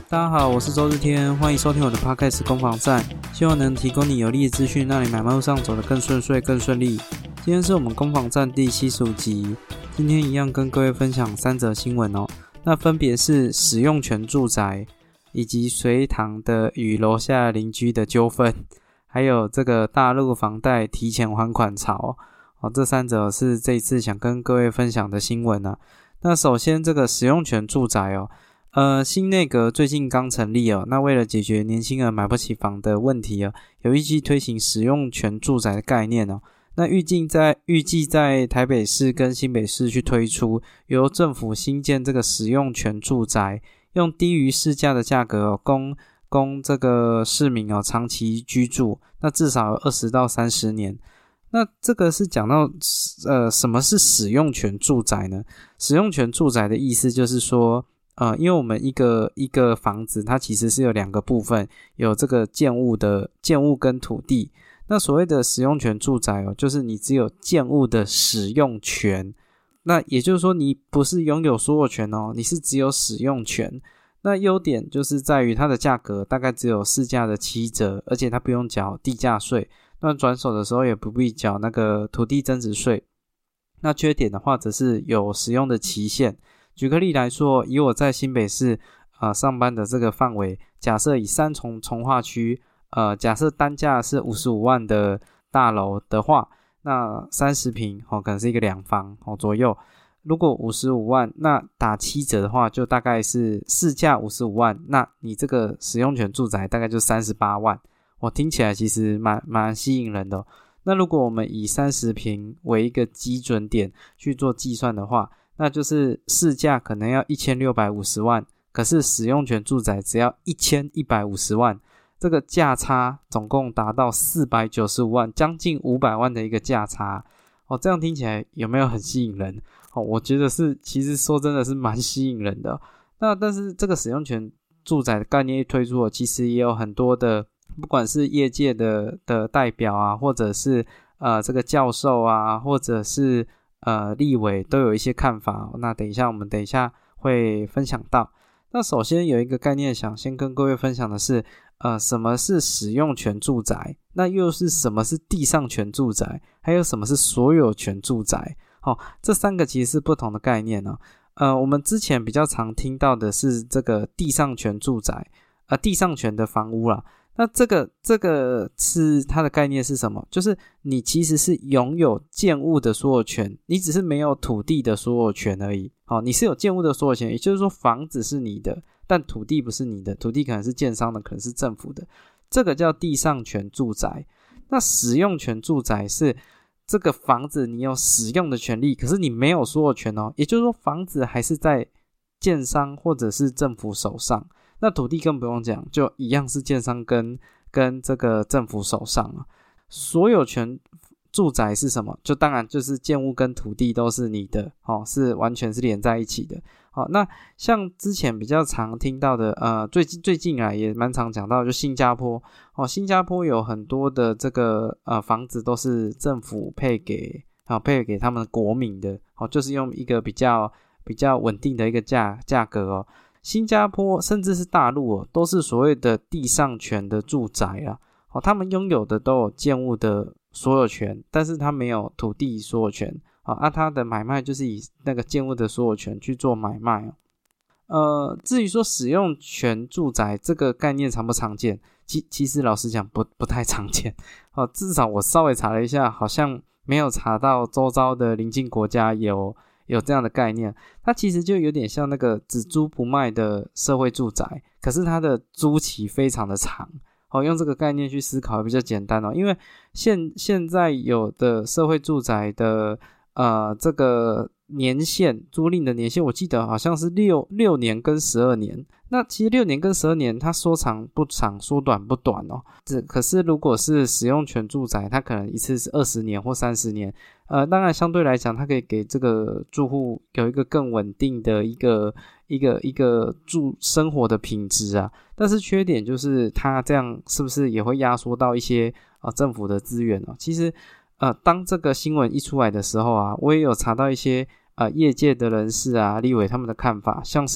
大家好，我是周日天，欢迎收听我的 Podcast 攻防战，希望能提供你有力的资讯，让你买卖路上走得更顺遂、更顺利。今天是我们攻防战第75集，今天一样跟各位分享3则新闻哦。那分别是使用权住宅，以及隋唐的与楼下邻居的纠纷，还有这个大陆房贷提前还款潮哦。这3则是这一次想跟各位分享的新闻啊。那首先这个使用权住宅哦。新内阁最近刚成立哦，那为了解决年轻人买不起房的问题哦，有预计推行使用权住宅的概念哦。那预计在台北市跟新北市去推出，由政府新建这个使用权住宅，用低于市价的价格哦，供这个市民哦长期居住，那至少有20到30年。那这个是讲到什么是使用权住宅呢？使用权住宅的意思就是说因为我们一个房子它其实是有2个部分，有这个建物跟土地。那所谓的使用权住宅哦，就是你只有建物的使用权，那也就是说你不是拥有所有权哦，你是只有使用权。那优点就是在于它的价格大概只有市价的7折，而且它不用缴地价税，那转手的时候也不必缴那个土地增值税。那缺点的话则是有使用的期限。举个例来说，以我在新北市上班的这个范围，假设以3重重划区假设单价是55万的大楼的话，那30坪可能是一个2房左右。如果55万，那打7折的话，就大概是市价55万，那你这个使用权住宅大概就38万。听起来其实蛮吸引人的哦。那如果我们以30坪为一个基准点去做计算的话，那就是市价可能要1650万，可是使用权住宅只要1150万，这个价差总共达到495万，将近500万的一个价差这样听起来有没有很吸引人我觉得是，其实说真的是蛮吸引人的那但是这个使用权住宅的概念一推出其实也有很多的，不管是业界的代表啊，或者是这个教授啊，或者是立委都有一些看法那我们等一下会分享到。那首先有一个概念想先跟各位分享的是什么是使用权住宅，那又是什么是地上权住宅，还有什么是所有权住宅这3个其实是不同的概念我们之前比较常听到的是这个地上权住宅地上权的房屋啦。那这个是它的概念是什么？就是你其实是拥有建物的所有权，你只是没有土地的所有权而已你是有建物的所有权，也就是说房子是你的，但土地不是你的，土地可能是建商的，可能是政府的，这个叫地上权住宅。那使用权住宅是这个房子你有使用的权利，可是你没有所有权也就是说房子还是在建商或者是政府手上，那土地更不用讲，就一样是建商跟这个政府手上所有权住宅是什么？就当然就是建物跟土地都是你的是完全是连在一起的那像之前比较常听到的最近也蛮常讲到就新加坡新加坡有很多的这个房子都是政府配给他们国民的就是用一个比较稳定的一个价格新加坡甚至是大陆都是所谓的地上权的住宅他们拥有的都有建物的所有权，但是他没有土地所有权他的买卖就是以那个建物的所有权去做买卖至于说使用权住宅这个概念常不常见，其实老实讲不太常见至少我稍微查了一下，好像没有查到周遭的邻近国家有这样的概念。它其实就有点像那个只租不卖的社会住宅，可是它的租期非常的长用这个概念去思考比较简单因为现在有的社会住宅的这个年限，租赁的年限我记得好像是6年跟12年。那其实6年跟12年它说长不长，说短不短可是如果是使用权住宅，它可能一次是20年或30年当然相对来讲它可以给这个住户有一个更稳定的一个住生活的品质但是缺点就是它这样是不是也会压缩到一些政府的资源其实当这个新闻一出来的时候我也有查到一些业界的人士立委他们的看法，像是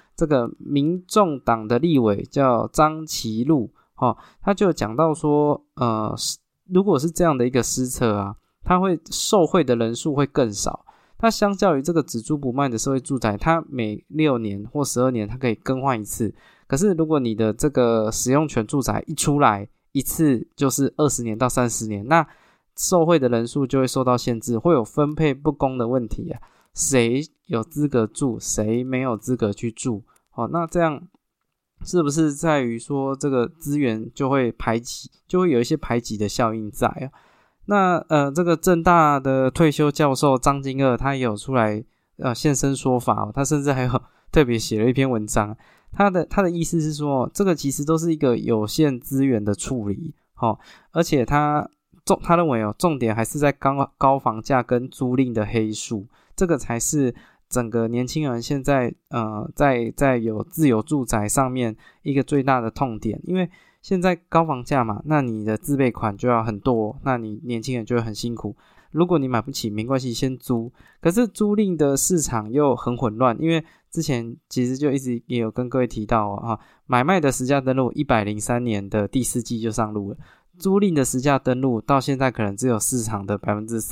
这个民众党的立委叫张其禄他就讲到说如果是这样的一个施策啊，它会受惠的人数会更少。它相较于这个只租不卖的社会住宅，它每6年或12年它可以更换一次。可是如果你的这个使用权住宅一出来一次就是20年到30年，那受惠的人数就会受到限制，会有分配不公的问题啊。谁有资格住，谁没有资格去住那这样是不是在于说这个资源就会排挤，就会有一些排挤的效应在啊？那这个政大的退休教授张金锷他也有出来现身说法他甚至还有特别写了一篇文章，他的意思是说，这个其实都是一个有限资源的处理而且他认为重点还是在高房价跟租赁的黑数，这个才是整个年轻人现在在有自有住宅上面一个最大的痛点。因为现在高房价嘛，那你的自备款就要很多，那你年轻人就会很辛苦。如果你买不起没关系，先租。可是租赁的市场又很混乱，因为之前其实就一直也有跟各位提到买卖的实价登录103年的第4季就上路了，租赁的实价登录到现在可能只有市场的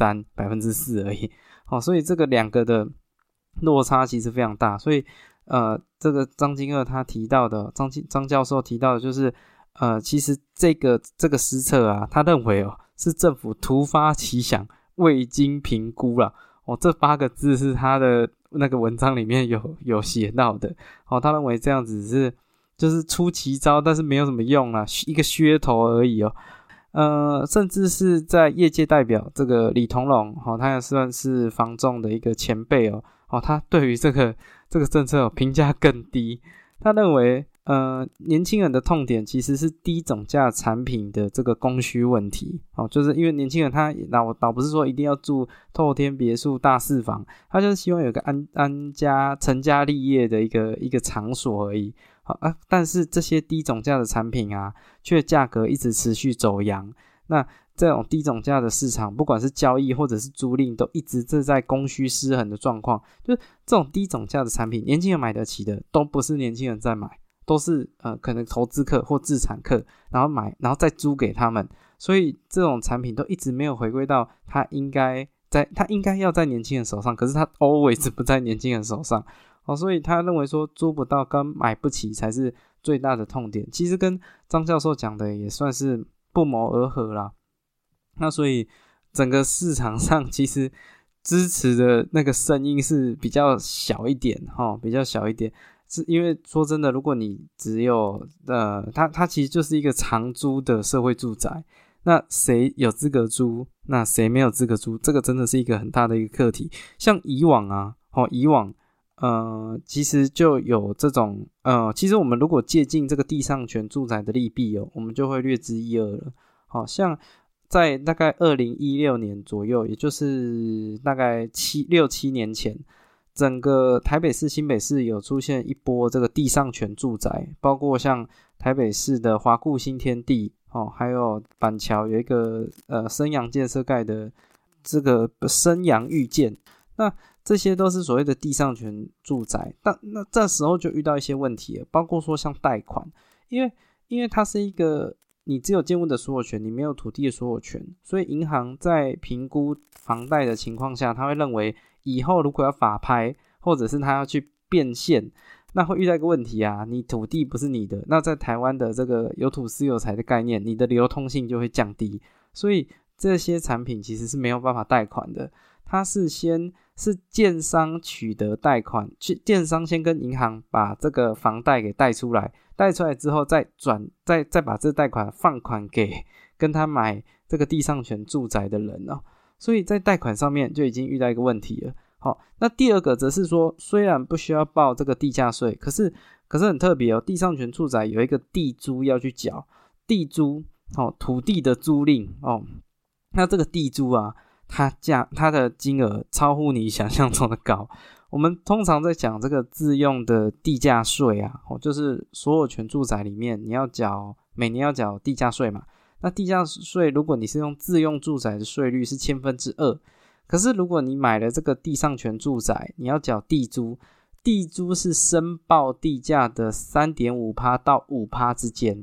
3%、4% 而已所以这个两个的落差其实非常大。所以这个张金锷他提到的张教授提到的就是其实这个施策啊，他认为是政府突发奇想，未经评估啦这8个字是他的那个文章里面有写到的他认为这样子就是出奇招，但是没有什么用啦，一个噱头而已甚至是在业界代表这个李同龙他也算是房仲的一个前辈他对于这个政策评价更低。他认为年轻人的痛点其实是低总价产品的这个供需问题就是因为年轻人他倒不是说一定要住透天别墅大4房，他就是希望有个成家立业的一个场所而已但是这些低总价的产品啊，却价格一直持续走扬。那这种低总价的市场，不管是交易或者是租赁，都一直在供需失衡的状况。就是这种低总价的产品，年轻人买得起的，都不是年轻人在买，都是可能投资客或自产客，然后买，然后再租给他们。所以这种产品都一直没有回归到它应该要在年轻人手上，可是它 always 不在年轻人手上所以他认为说租不到跟买不起才是最大的痛点。其实跟张教授讲的也算是不谋而合啦。那所以整个市场上其实支持的那个声音是比较小一点比较小一点。是因为说真的，如果你只有它其实就是一个长租的社会住宅，那谁有资格租，那谁没有资格租，这个真的是一个很大的一个课题。像以往其实就有这种其实我们如果借鉴这个地上权住宅的利弊我们就会略知一二了。像在大概2016年左右，也就是大概6、7年前，整个台北市、新北市有出现一波这个地上权住宅，包括像台北市的华固新天地还有板桥有一个升阳建设盖的这个升阳预建，那这些都是所谓的地上权住宅。那这时候就遇到一些问题了，包括说像贷款，因为它是一个你只有建物的所有权，你没有土地的所有权，所以银行在评估房贷的情况下，他会认为以后如果要法拍，或者是他要去变现，那会遇到一个问题啊，你土地不是你的，那在台湾的这个有土私有财的概念，你的流通性就会降低，所以这些产品其实是没有办法贷款的。它是建商取得贷款，建商先跟银行把这个房贷给贷出来之后再把这贷款放款给跟他买这个地上权住宅的人所以在贷款上面就已经遇到一个问题了。那第二个则是说，虽然不需要报这个地价税，可是很特别地上权住宅有一个地租要去缴，地租土地的租赁那这个地租啊，它的金额超乎你想象中的高。我们通常在讲这个自用的地价税啊，就是所有权住宅里面每年要缴地价税嘛。那地价税如果你是用自用住宅的税率是2%，可是如果你买了这个地上权住宅，你要缴地租地租是申报地价的 3.5% 到 5% 之间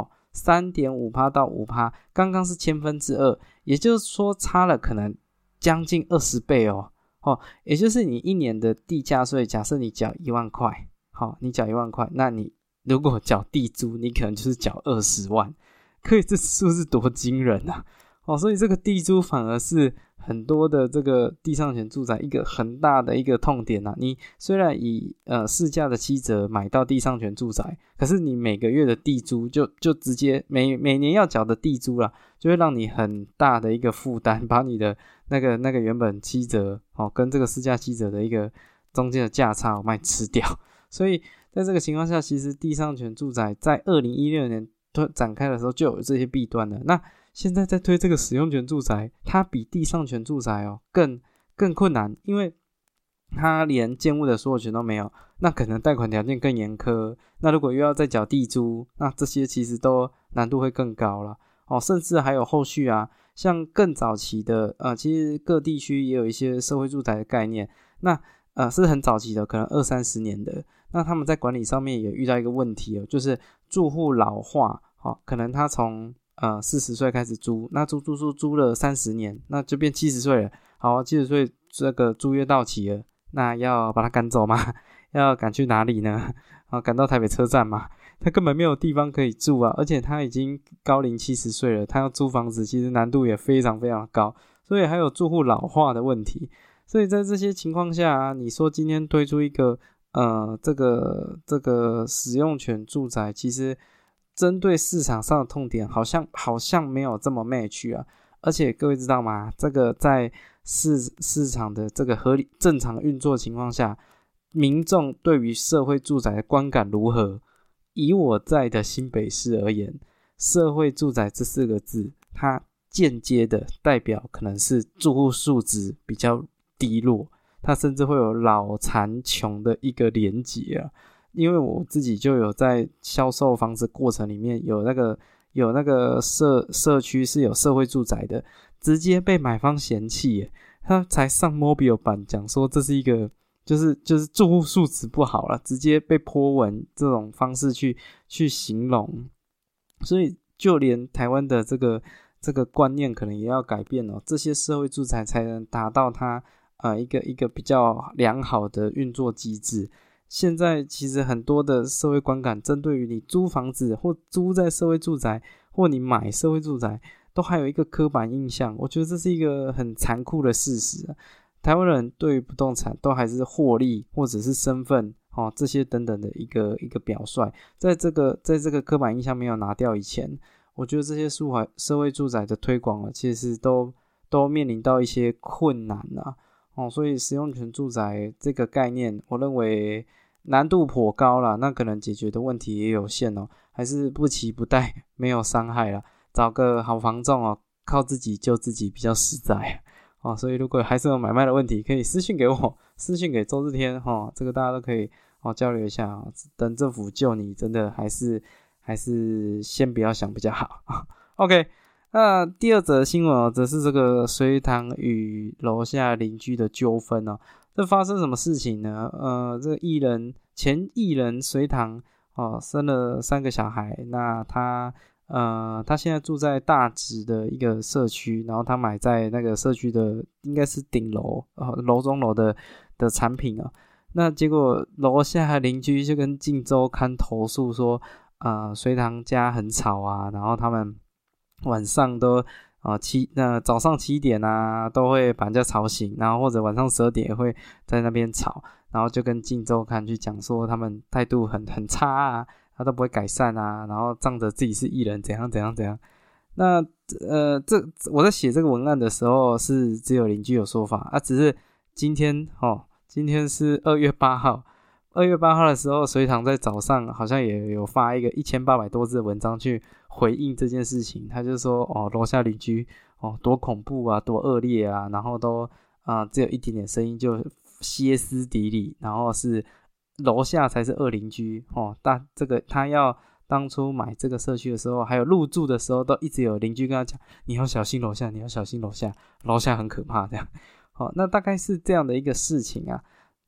，3.5% 到 5%， 刚刚是2%，也就是说差了可能将近20倍也就是你一年的地价税，假设你缴1万块，你缴1万块，那你如果缴地租，你可能就是缴20万，可以这数字多惊人啊！所以这个地租反而是很多的这个地上权住宅一个很大的一个痛点啊。你虽然以市价的7折买到地上权住宅，可是你每个月的地租就直接每年要缴的地租啦，就会让你很大的一个负担，把你的那个原本7折跟这个市价7折的一个中间的价差把你吃掉。所以在这个情况下，其实地上权住宅在2016年展开的时候就有这些弊端了。那现在在推这个使用权住宅，它比地上权住宅更困难，因为它连建物的所有权都没有，那可能贷款条件更严苛，那如果又要再缴地租，那这些其实都难度会更高了甚至还有后续啊，像更早期的其实各地区也有一些社会住宅的概念，那是很早期的，可能20-30年的，那他们在管理上面也遇到一个问题就是住户老化可能他从40岁开始租，那租了30年，那就变70岁了。好，70岁这个租约到期了，那要把他赶走吗？要赶去哪里呢？赶到台北车站吗？他根本没有地方可以住啊，而且他已经高龄70岁了，他要租房子其实难度也非常非常高，所以还有住户老化的问题。所以在这些情况下你说今天推出一个这个使用权住宅，其实针对市场上的痛点好像没有这么 match 啊。而且各位知道吗，这个在市场的这个合理正常运作情况下，民众对于社会住宅的观感如何？以我在的新北市而言，社会住宅这4个字，它间接的代表可能是住户素质比较低落，它甚至会有老残穷的一个连结啊。因为我自己就有在销售房子过程里面有那个社区是有社会住宅的，直接被买方嫌弃耶，他才上 Mobile 版讲说这是一个就是住户素质不好啦，直接被泼文这种方式去形容。所以就连台湾的这个观念可能也要改变这些社会住宅才能达到它一个比较良好的运作机制。现在其实很多的社会观感针对于你租房子或租在社会住宅或你买社会住宅都还有一个刻板印象，我觉得这是一个很残酷的事实台湾人对于不动产都还是获利或者是身份这些等等的一个表率，在这个刻板印象没有拿掉以前，我觉得这些社会住宅的推广其实都面临到一些困难所以使用权住宅这个概念我认为难度颇高啦，那可能解决的问题也有限还是不期不待，没有伤害啦，找个好房仲靠自己救自己比较实在所以如果还是有买卖的问题，可以私讯给我，私讯给周日天这个大家都可以交流一下等政府救你真的还是先不要想比较好OK。那第二则新闻则是这个隋棠与楼下邻居的纠纷这发生什么事情呢？这个前艺人隋棠生了3个小孩，那他现在住在大直的一个社区，然后他买在那个社区的应该是顶楼楼中楼的产品那结果楼下邻居就跟镜周刊投诉说隋棠家很吵然后他们晚上都早上7点都会把人家吵醒，然后或者晚上12点也会在那边吵，然后就跟镜周刊去讲说他们态度很差他都不会改善然后仗着自己是艺人怎样。那我在写这个文案的时候是只有邻居有说法只是今天是2月8号2月8号的时候，隋棠在早上好像也有发一个1800多字的文章去回应这件事情。他就说楼下邻居多恐怖多恶劣然后都只有一点点声音就歇斯底里，然后是楼下才是恶邻居这个他要当初买这个社区的时候还有入住的时候都一直有邻居跟他讲你要小心楼下，你要小心楼下，楼下很可怕这样那大概是这样的一个事情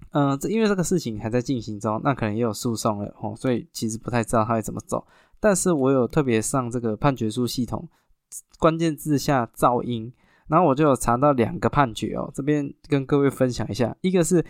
因为这个事情还在进行中，那可能也有诉讼了所以其实不太知道他会怎么走。但是我有特别上这个判决书系统，关键字下噪音，然后我就有查到2个判决这边跟各位分享一下。一个是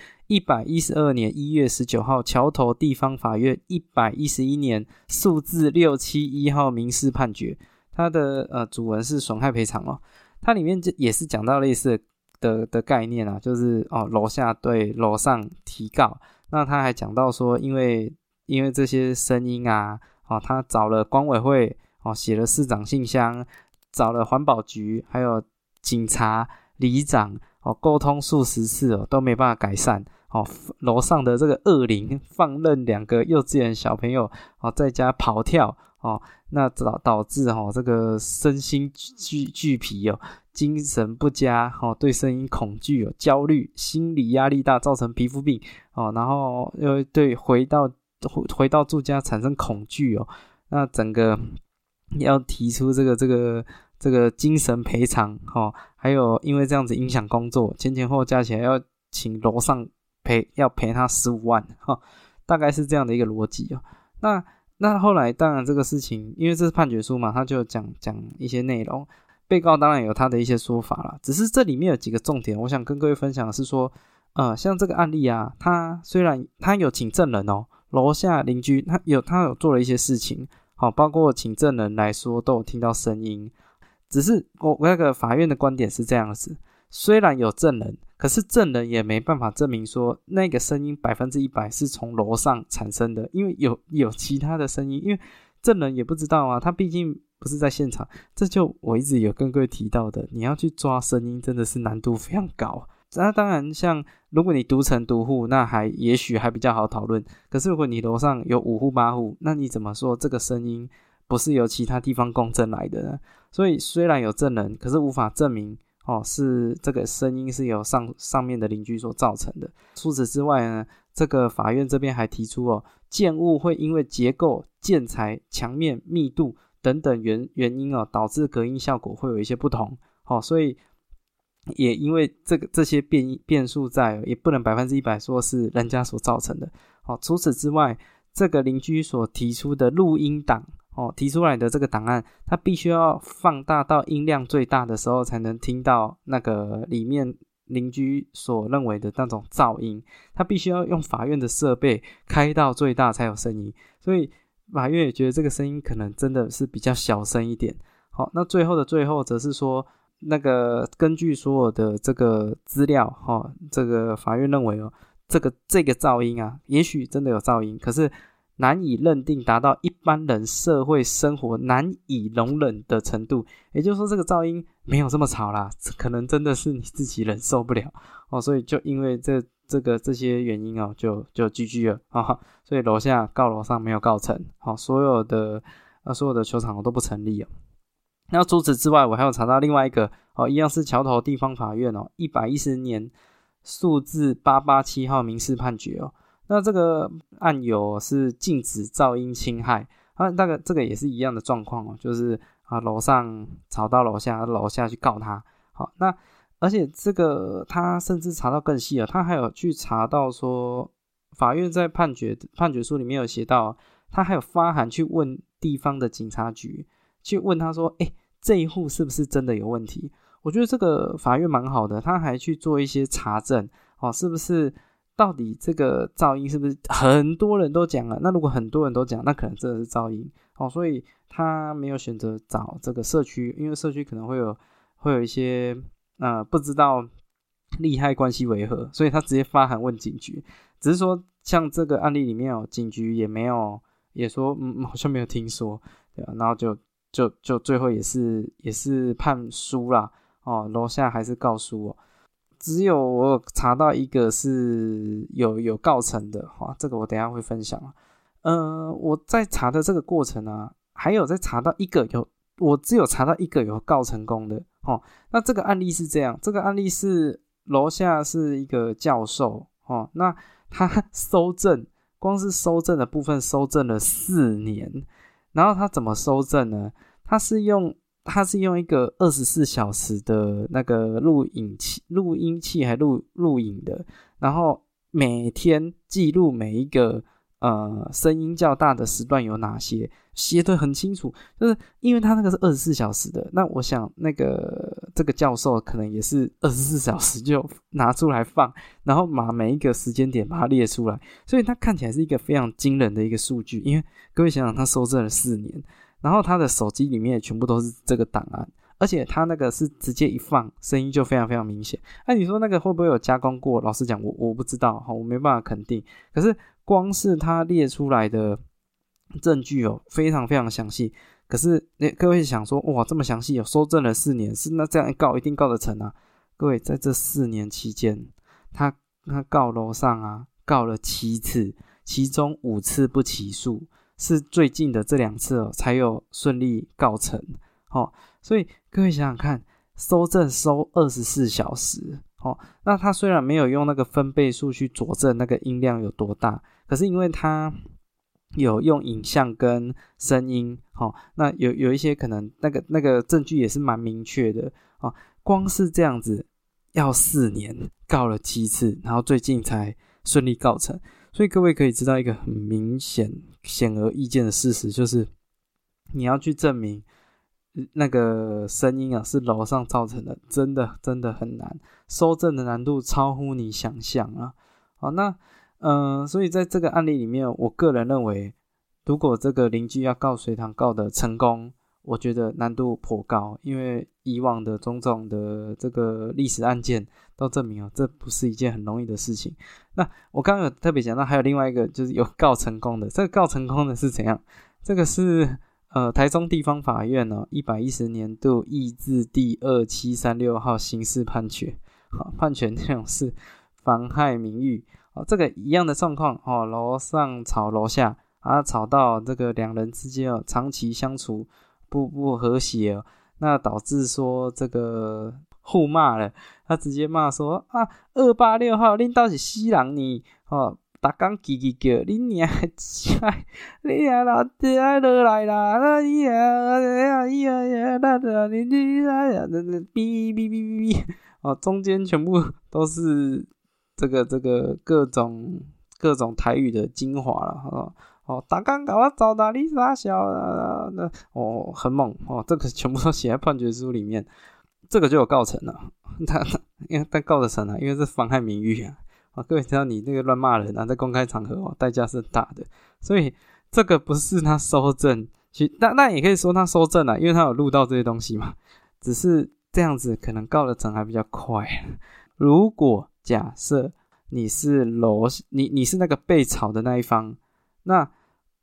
112年1月19号桥头地方法院111年数字671号民事判决，它的主文是损害赔偿它里面也是讲到类似的概念啊，就是楼下对楼上提告。那他还讲到说因为这些声音啊他找了管委会写了市长信箱，找了环保局还有警察里长沟通数十次都没办法改善楼上的这个恶灵放任2个幼稚园小朋友在家跑跳那导致这个身心俱疲精神不佳对声音恐惧焦虑，心理压力大，造成皮肤病然后又对回到住家产生恐惧那整个要提出这个精神赔偿还有因为这样子影响工作，前后加起来要请楼上要赔他15万大概是这样的一个逻辑那后来当然这个事情因为这是判决书嘛，他就讲一些内容，被告当然有他的一些说法啦，只是这里面有几个重点，我想跟各位分享的是说像这个案例啊，他虽然他有请证人楼下邻居他有做了一些事情包括请证人来说都有听到声音，只是我那个法院的观点是这样子，虽然有证人，可是证人也没办法证明说那个声音100%是从楼上产生的，因为有其他的声音，因为证人也不知道啊，他毕竟不是在现场。这就我一直有跟各位提到的，你要去抓声音真的是难度非常高。那当然像如果你独城独户，那也许还比较好讨论，可是如果你楼上有5户8户，那你怎么说这个声音不是由其他地方公证来的呢？所以虽然有证人，可是无法证明是这个声音是由上面的邻居所造成的。除此之外呢，这个法院这边还提出建物会因为结构、建材、墙面、密度等等原因导致隔音效果会有一些不同所以也因为这些变数在，也不能100%说是人家所造成的除此之外，这个邻居所提出的录音档提出来的这个档案，它必须要放大到音量最大的时候才能听到那个里面邻居所认为的那种噪音，它必须要用法院的设备开到最大才有声音，所以法院也觉得这个声音可能真的是比较小声一点。那最后的最后则是说，那个根据所有的这个资料这个法院认为这个噪音啊，也许真的有噪音，可是难以认定达到一般人社会生活难以容忍的程度，也就是说这个噪音没有这么吵啦，可能真的是你自己忍受不了所以就因为这些原因就 GG 了所以楼下告楼上没有告成所有的球场都不成立那除此之外，我还有查到另外一个一样是桥头地方法院110年数字887号民事判决那这个案由是禁止噪音侵害这个也是一样的状况就是楼上吵到楼下去告他那而且这个他甚至查到更细了，他还有去查到说法院在判决书里面有写到他还有发函去问地方的警察局，去问他说这一户是不是真的有问题。我觉得这个法院蛮好的，他还去做一些查证是不是到底这个噪音是不是很多人都讲了，那如果很多人都讲，那可能真的是噪音所以他没有选择找这个社区，因为社区可能会有一些不知道利害关系为何，所以他直接发函问警局。只是说像这个案例里面警局也没有也说好像没有听说，对然后就最后也是判输啦楼下还是告输只有我有查到一个是有告成的这个我等一下会分享我在查的这个过程啊，还有在查到我只有查到一个有告成功的那这个案例是这样，这个案例是楼下是一个教授那他收证，光是收证的部分收证了4年，然后他怎么收证呢？他是用一个24小时的那个录音器还录影的，然后每天记录每一个声音较大的时段有哪些，写得很清楚，就是因为他那个是24小时的，那我想这个教授可能也是24小时就拿出来放，然后把每一个时间点把它列出来，所以它看起来是一个非常惊人的一个数据。因为各位想想，他收证了4年，然后他的手机里面也全部都是这个档案，而且他那个是直接一放声音就非常非常明显。你说那个会不会有加工过？老实讲我不知道，我没办法肯定。可是光是他列出来的证据非常非常详细。可是各位想说，哇，这么详细，收证了4年，是那这样告一定告得成啊？各位，在这4年期间，他告楼上啊，告了7次，其中5次不起诉，是最近的这2次才有顺利告成。所以各位想想看，收证收24小时，那他虽然没有用那个分贝数去佐证那个音量有多大，可是因为他有用影像跟声音，那有一些可能那个证据也是蛮明确的，光是这样子要4年，告了7次，然后最近才顺利告成。所以各位可以知道一个很明显显而易见的事实，就是你要去证明那个声音是楼上造成的，真的很难，收证的难度超乎你想象啊。好，那所以在这个案例里面，我个人认为，如果这个邻居要告隋棠告的成功，我觉得难度颇高，因为以往的种种的这个历史案件都证明这不是一件很容易的事情。那我刚刚有特别讲到，还有另外一个就是有告成功的，这个告成功的是怎样？这个是台中地方法院110年度易字第2736号刑事判决，判决内容是妨害名誉。这个一样的状况，楼上吵楼下吵到这个2人之间长期相处不和谐，那导致说这个互骂了，他直接骂说286号恁到是死人呢，每天叽叽叫，恁娘菜，你娘老弟落来啦，那你娘哔哔哔哔哔，中间全部都是这个各种台语的精华了，大刚搞我找到你傻小很猛这个全部都写在判决书里面，这个就有告成了，因为他告得成因为是妨害名誉各位知道你那个乱骂人在公开场合代价是很大的，所以这个不是他收证，那也可以说他收证因为他有录到这些东西嘛，只是这样子可能告得成还比较快。如果假设你是你是那个被吵的那一方，那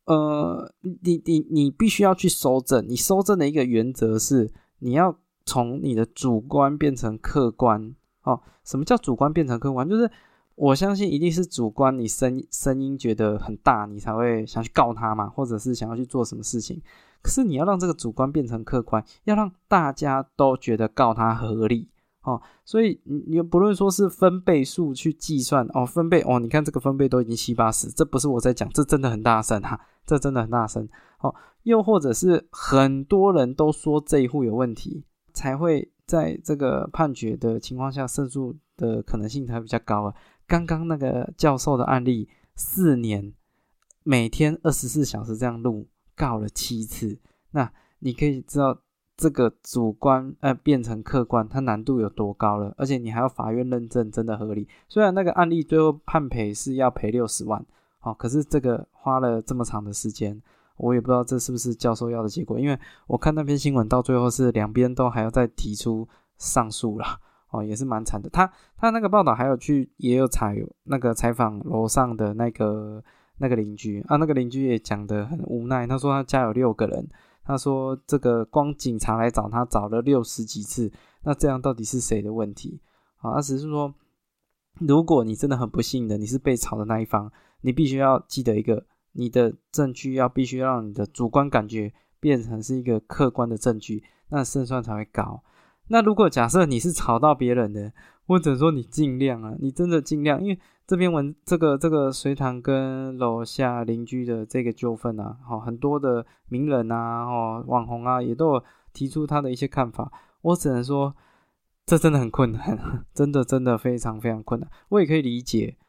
你必须要去收证，你收证的一个原则是你要从你的主观变成客观什么叫主观变成客观？就是我相信一定是主观，你声音觉得很大，你才会想去告他嘛，或者是想要去做什么事情。可是你要让这个主观变成客观，要让大家都觉得告他合理所以你不论说是分贝数去计算分贝你看这个分贝都已经70-80，这不是我在讲，这真的很大声这真的很大声又或者是很多人都说这一户有问题，才会在这个判决的情况下胜诉的可能性才比较高刚刚那个教授的案例4年每天24小时这样录，告了7次，那你可以知道这个主观变成客观它难度有多高了，而且你还要法院认证真的合理。虽然那个案例最后判赔是要赔60万可是这个花了这么长的时间，我也不知道这是不是教授要的结果，因为我看那篇新闻到最后是2边都还要再提出上诉啦也是蛮惨的。他那个报道还有也有采访楼上的那个邻居那个邻居也讲得很无奈，他说他家有6个人，他说这个光警察来找他找了60几次，那这样到底是谁的问题他只是说如果你真的很不幸的你是被吵的那一方，你必须要记得一个，你的证据必须让你的主观感觉变成是一个客观的证据，那胜算才会高。那如果假设你是吵到别人的，或者说你尽量你真的尽量，因为这篇这个隋棠跟楼下邻居的这个纠纷很多的名人网红也都有提出他的一些看法，我只能说这真的很困难，真的非常非常困难。我也可以理解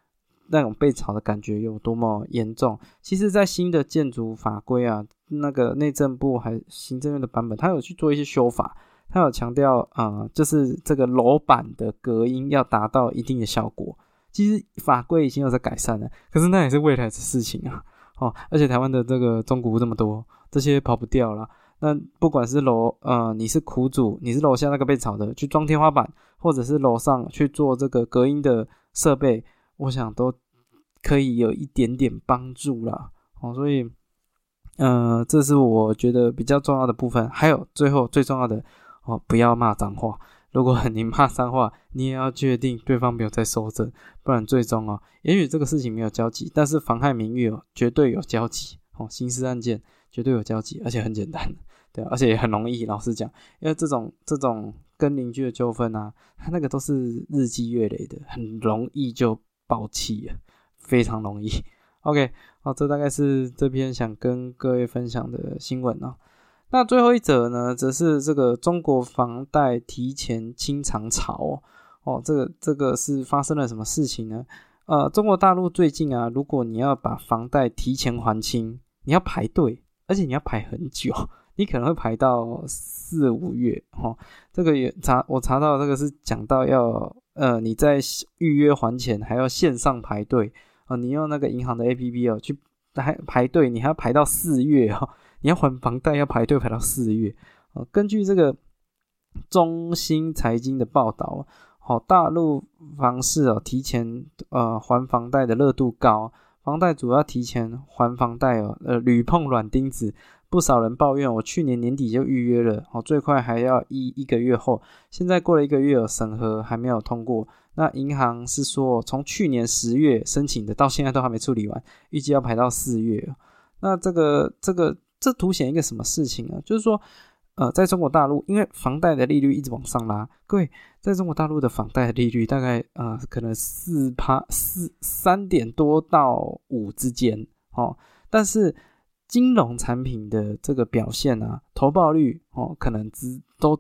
那种被炒的感觉有多么严重。其实在新的建筑法规啊，那个内政部还行政院的版本，它有去做一些修法，它有强调就是这个楼板的隔音要达到一定的效果。其实法规已经有在改善了，可是那也是未来的事情啊。而且台湾的这个中古屋这么多，这些跑不掉啦。那不管是你是苦主，你是楼下那个被炒的去装天花板，或者是楼上去做这个隔音的设备，我想都可以有一点点帮助啦。所以这是我觉得比较重要的部分。还有最后最重要的不要骂脏话。如果你骂脏话，你也要确定对方没有在收证，不然最终也许这个事情没有交集，但是妨害名誉绝对有交集。刑事案件绝对有交集，而且很简单，对，而且也很容易。老实讲，因为这种跟邻居的纠纷啊，它那个都是日积月累的，很容易就爆气了，非常容易。OK， 这大概是这篇想跟各位分享的新闻啊。那最后一则呢，则是这个中国房贷提前清偿潮这个是发生了什么事情呢？中国大陆最近啊，如果你要把房贷提前还清，你要排队，而且你要排很久，你可能会排到4-5月这个我查到这个是讲到要你在预约还钱还要线上排队你用那个银行的 APP 去排队，你还要排到4月你要还房贷要排队排到4月根据这个中兴财经的报道大陆房市提前还房贷的热度高，房贷主要提前还房贷屡碰软钉子，不少人抱怨我去年年底就预约了最快还要一个月后，现在过了1个月审核还没有通过。那银行是说从去年10月申请的到现在都还没处理完，预计要排到4月。那这凸显一个什么事情呢？就是说在中国大陆，因为房贷的利率一直往上拉，各位在中国大陆的房贷的利率大概可能3点多到5之间但是金融产品的这个表现啊，投报率可能都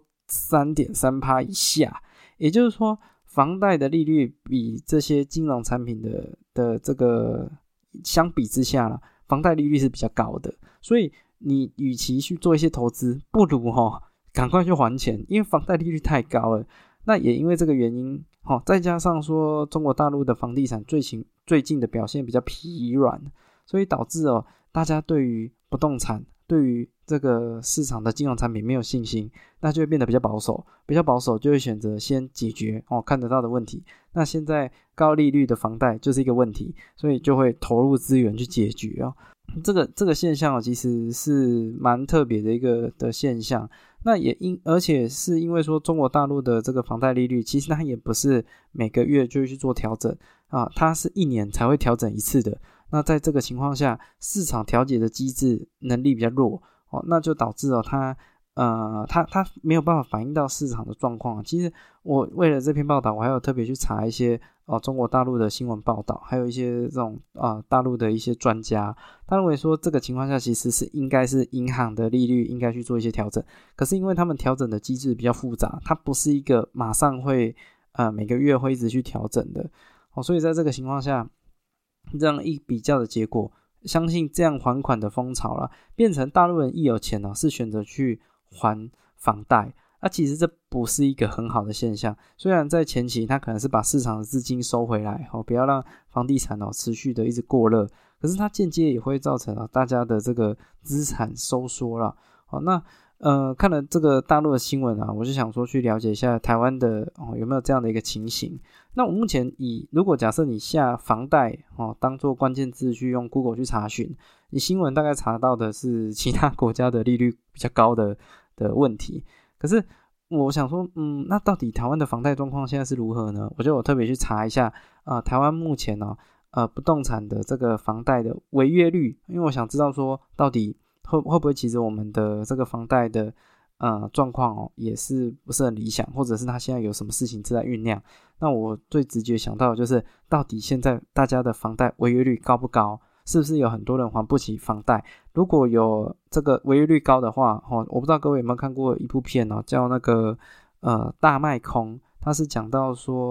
3.3% 以下，也就是说房贷的利率比这些金融产品的这个相比之下啦，房贷利率是比较高的，所以你与其去做一些投资，不如赶快去还钱，因为房贷利率太高了。那也因为这个原因再加上说中国大陆的房地产最近的表现比较疲软，所以导致大家对于不动产对于这个市场的金融产品没有信心，那就会变得比较保守就会选择先解决看得到的问题。那现在高利率的房贷就是一个问题，所以就会投入资源去解决这个现象其实是蛮特别的一个的现象。那而且是因为说中国大陆的这个房贷利率其实它也不是每个月就会去做调整它是1年才会调整一次的。那在这个情况下，市场调节的机制能力比较弱那就导致它没有办法反映到市场的状况。其实我为了这篇报道，我还有特别去查一些中国大陆的新闻报道，还有一些这种大陆的一些专家，他认为说这个情况下其实应该是银行的利率应该去做一些调整，可是因为他们调整的机制比较复杂，它不是一个马上会每个月会一直去调整的所以在这个情况下，这样一比较的结果，相信这样还款的风潮变成大陆人一有钱是选择去还房贷其实这不是一个很好的现象。虽然在前期它可能是把市场的资金收回来不要让房地产持续的一直过热，可是它间接也会造成大家的这个资产收缩了那看了这个大陆的新闻我就想说去了解一下台湾的有没有这样的一个情形。那我目前如果假设你下房贷当做关键字去用 Google 去查询，你新闻大概查到的是其他国家的利率比较高的问题。可是我想说那到底台湾的房贷状况现在是如何呢？我特别去查一下台湾目前不动产的这个房贷的违约率，因为我想知道说到底会不会其实我们的这个房贷的状况也是不是很理想，或者是他现在有什么事情正在酝酿。那我最直觉想到的就是到底现在大家的房贷违约率高不高，是不是有很多人还不起房贷。如果有这个违约率高的话我不知道各位有没有看过一部片叫那个大卖空，他是讲到说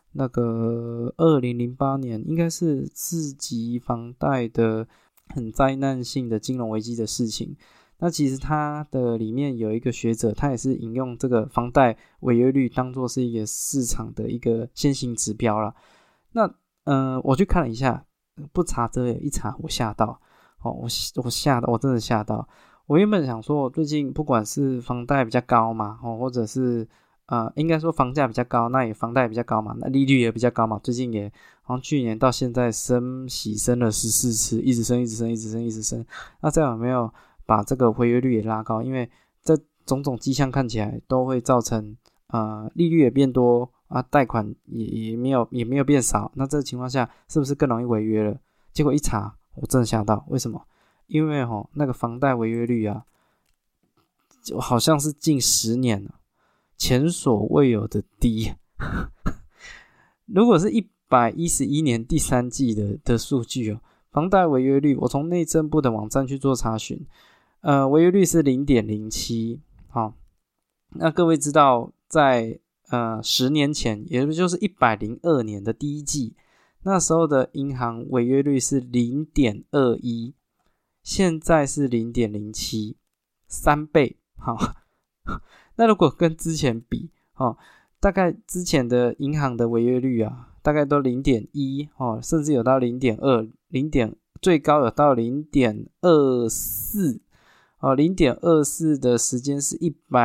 那个2008年应该是次级房贷的很灾难性的金融危机的事情。那其实它的里面有一个学者，他也是引用这个房贷违约率当作是一个市场的一个先行指标啦。那我去看了一下，不查遮掩，一查我吓到我吓到，我真的吓到。我原本想说，我最近不管是房贷比较高嘛，或者是应该说房价比较高，那也房贷比较高嘛，那利率也比较高嘛，最近也好像去年到现在升息升了14次，一直升，那这样有没有把这个违约率也拉高？因为这种种迹象看起来都会造成利率也变多啊，贷款也没有变少，那这个情况下是不是更容易违约了？结果一查，我真的吓到，为什么？因为那个房贷违约率啊，就好像是近10年前所未有的低。如果是111年第3季的数据房贷违约率，我从内政部的网站去做查询，违约率是 0.07。那各位知道在10年前，也就是102年的第1季，那时候的银行违约率是 0.21， 现在是 0.07， 3倍。那如果跟之前比大概之前的银行的违约率大概都 0.1 甚至有到 0.2 最高有到 0.24 0.24 的时间是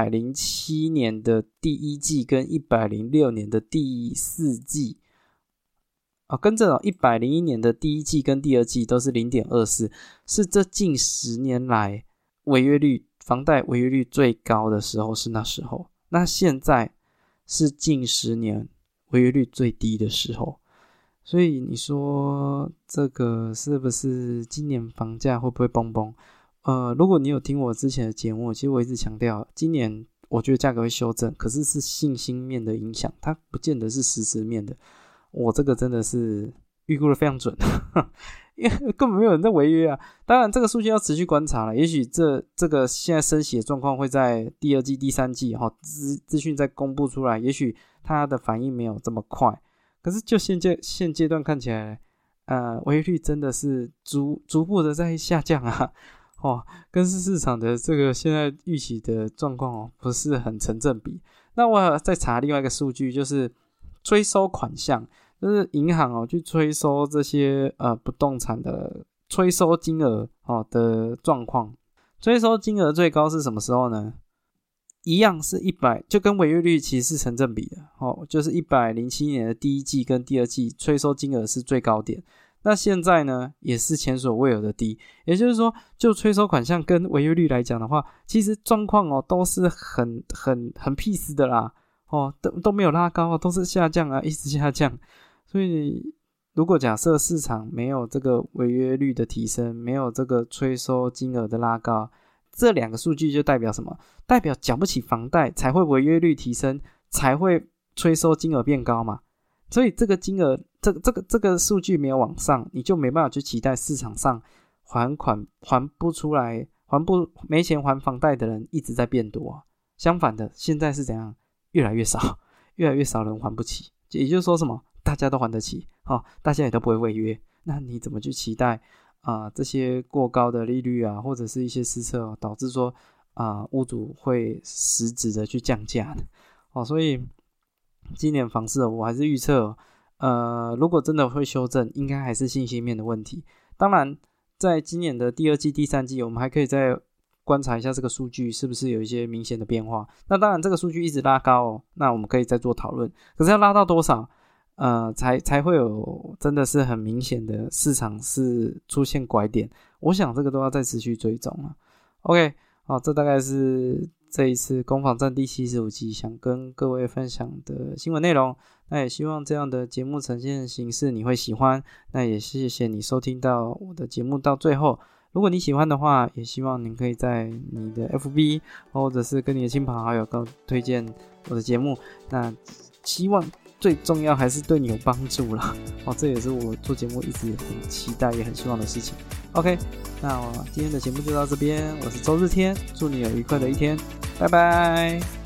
107年的第1季跟106年的第4季跟这种101年的第1季跟第2季都是 0.24， 是这近10年来违约率房贷违约率最高的时候是那时候，那现在是近10年违约率最低的时候。所以你说这个是不是今年房价会不会崩崩？如果你有听我之前的节目，其实我一直强调今年我觉得价格会修正，可是是信心面的影响，它不见得是实质面的。我这个真的是预估的非常准。因为根本没有人在违约啊。当然这个数据要持续观察了，也许这个现在升息的状况会在第2季第3季资讯再公布出来，也许它的反应没有这么快，可是就现阶段看起来违约率真的是逐步的在下降啊。跟市场的这个现在预期的状况不是很成正比。那我再查另外一个数据，就是催收款项，就是银行去催收这些不动产的催收金额的状况。催收金额最高是什么时候呢？一样是100，就跟违约率其实是成正比的就是107年的第1季跟第2季催收金额是最高点。那现在呢也是前所未有的低，也就是说就催收款项跟违约率来讲的话，其实状况都是很 peace 的啦都没有拉高都是下降一直下降。所以如果假设市场没有这个违约率的提升，没有这个催收金额的拉高，这2个数据就代表什么？代表缴不起房贷才会违约率提升，才会催收金额变高嘛。所以这个金额这个数据没有往上，你就没办法去期待市场上还款还不出来，没钱还房贷的人一直在变多相反的，现在是怎样？越来越少人还不起，也就是说什么？大家都还得起大家也都不会违约。那你怎么去期待这些过高的利率或者是一些施策导致说屋主会实质的去降价的所以今年房市我还是预测如果真的会修正，应该还是信心面的问题。当然在今年的第2季第3季，我们还可以再观察一下这个数据是不是有一些明显的变化。那当然这个数据一直拉高那我们可以再做讨论，可是要拉到多少才会有真的是很明显的市场是出现拐点，我想这个都要再持续追踪OK， 这大概是这一次攻防战第75集想跟各位分享的新闻内容。那也希望这样的节目呈现的形式你会喜欢，那也谢谢你收听到我的节目到最后。如果你喜欢的话，也希望你可以在你的 FB 或者是跟你的亲朋好友推荐我的节目，那希望最重要还是对你有帮助啦这也是我做节目一直很期待也很希望的事情。 OK， 那今天的节目就到这边，我是周日天，祝你有愉快的一天，拜拜。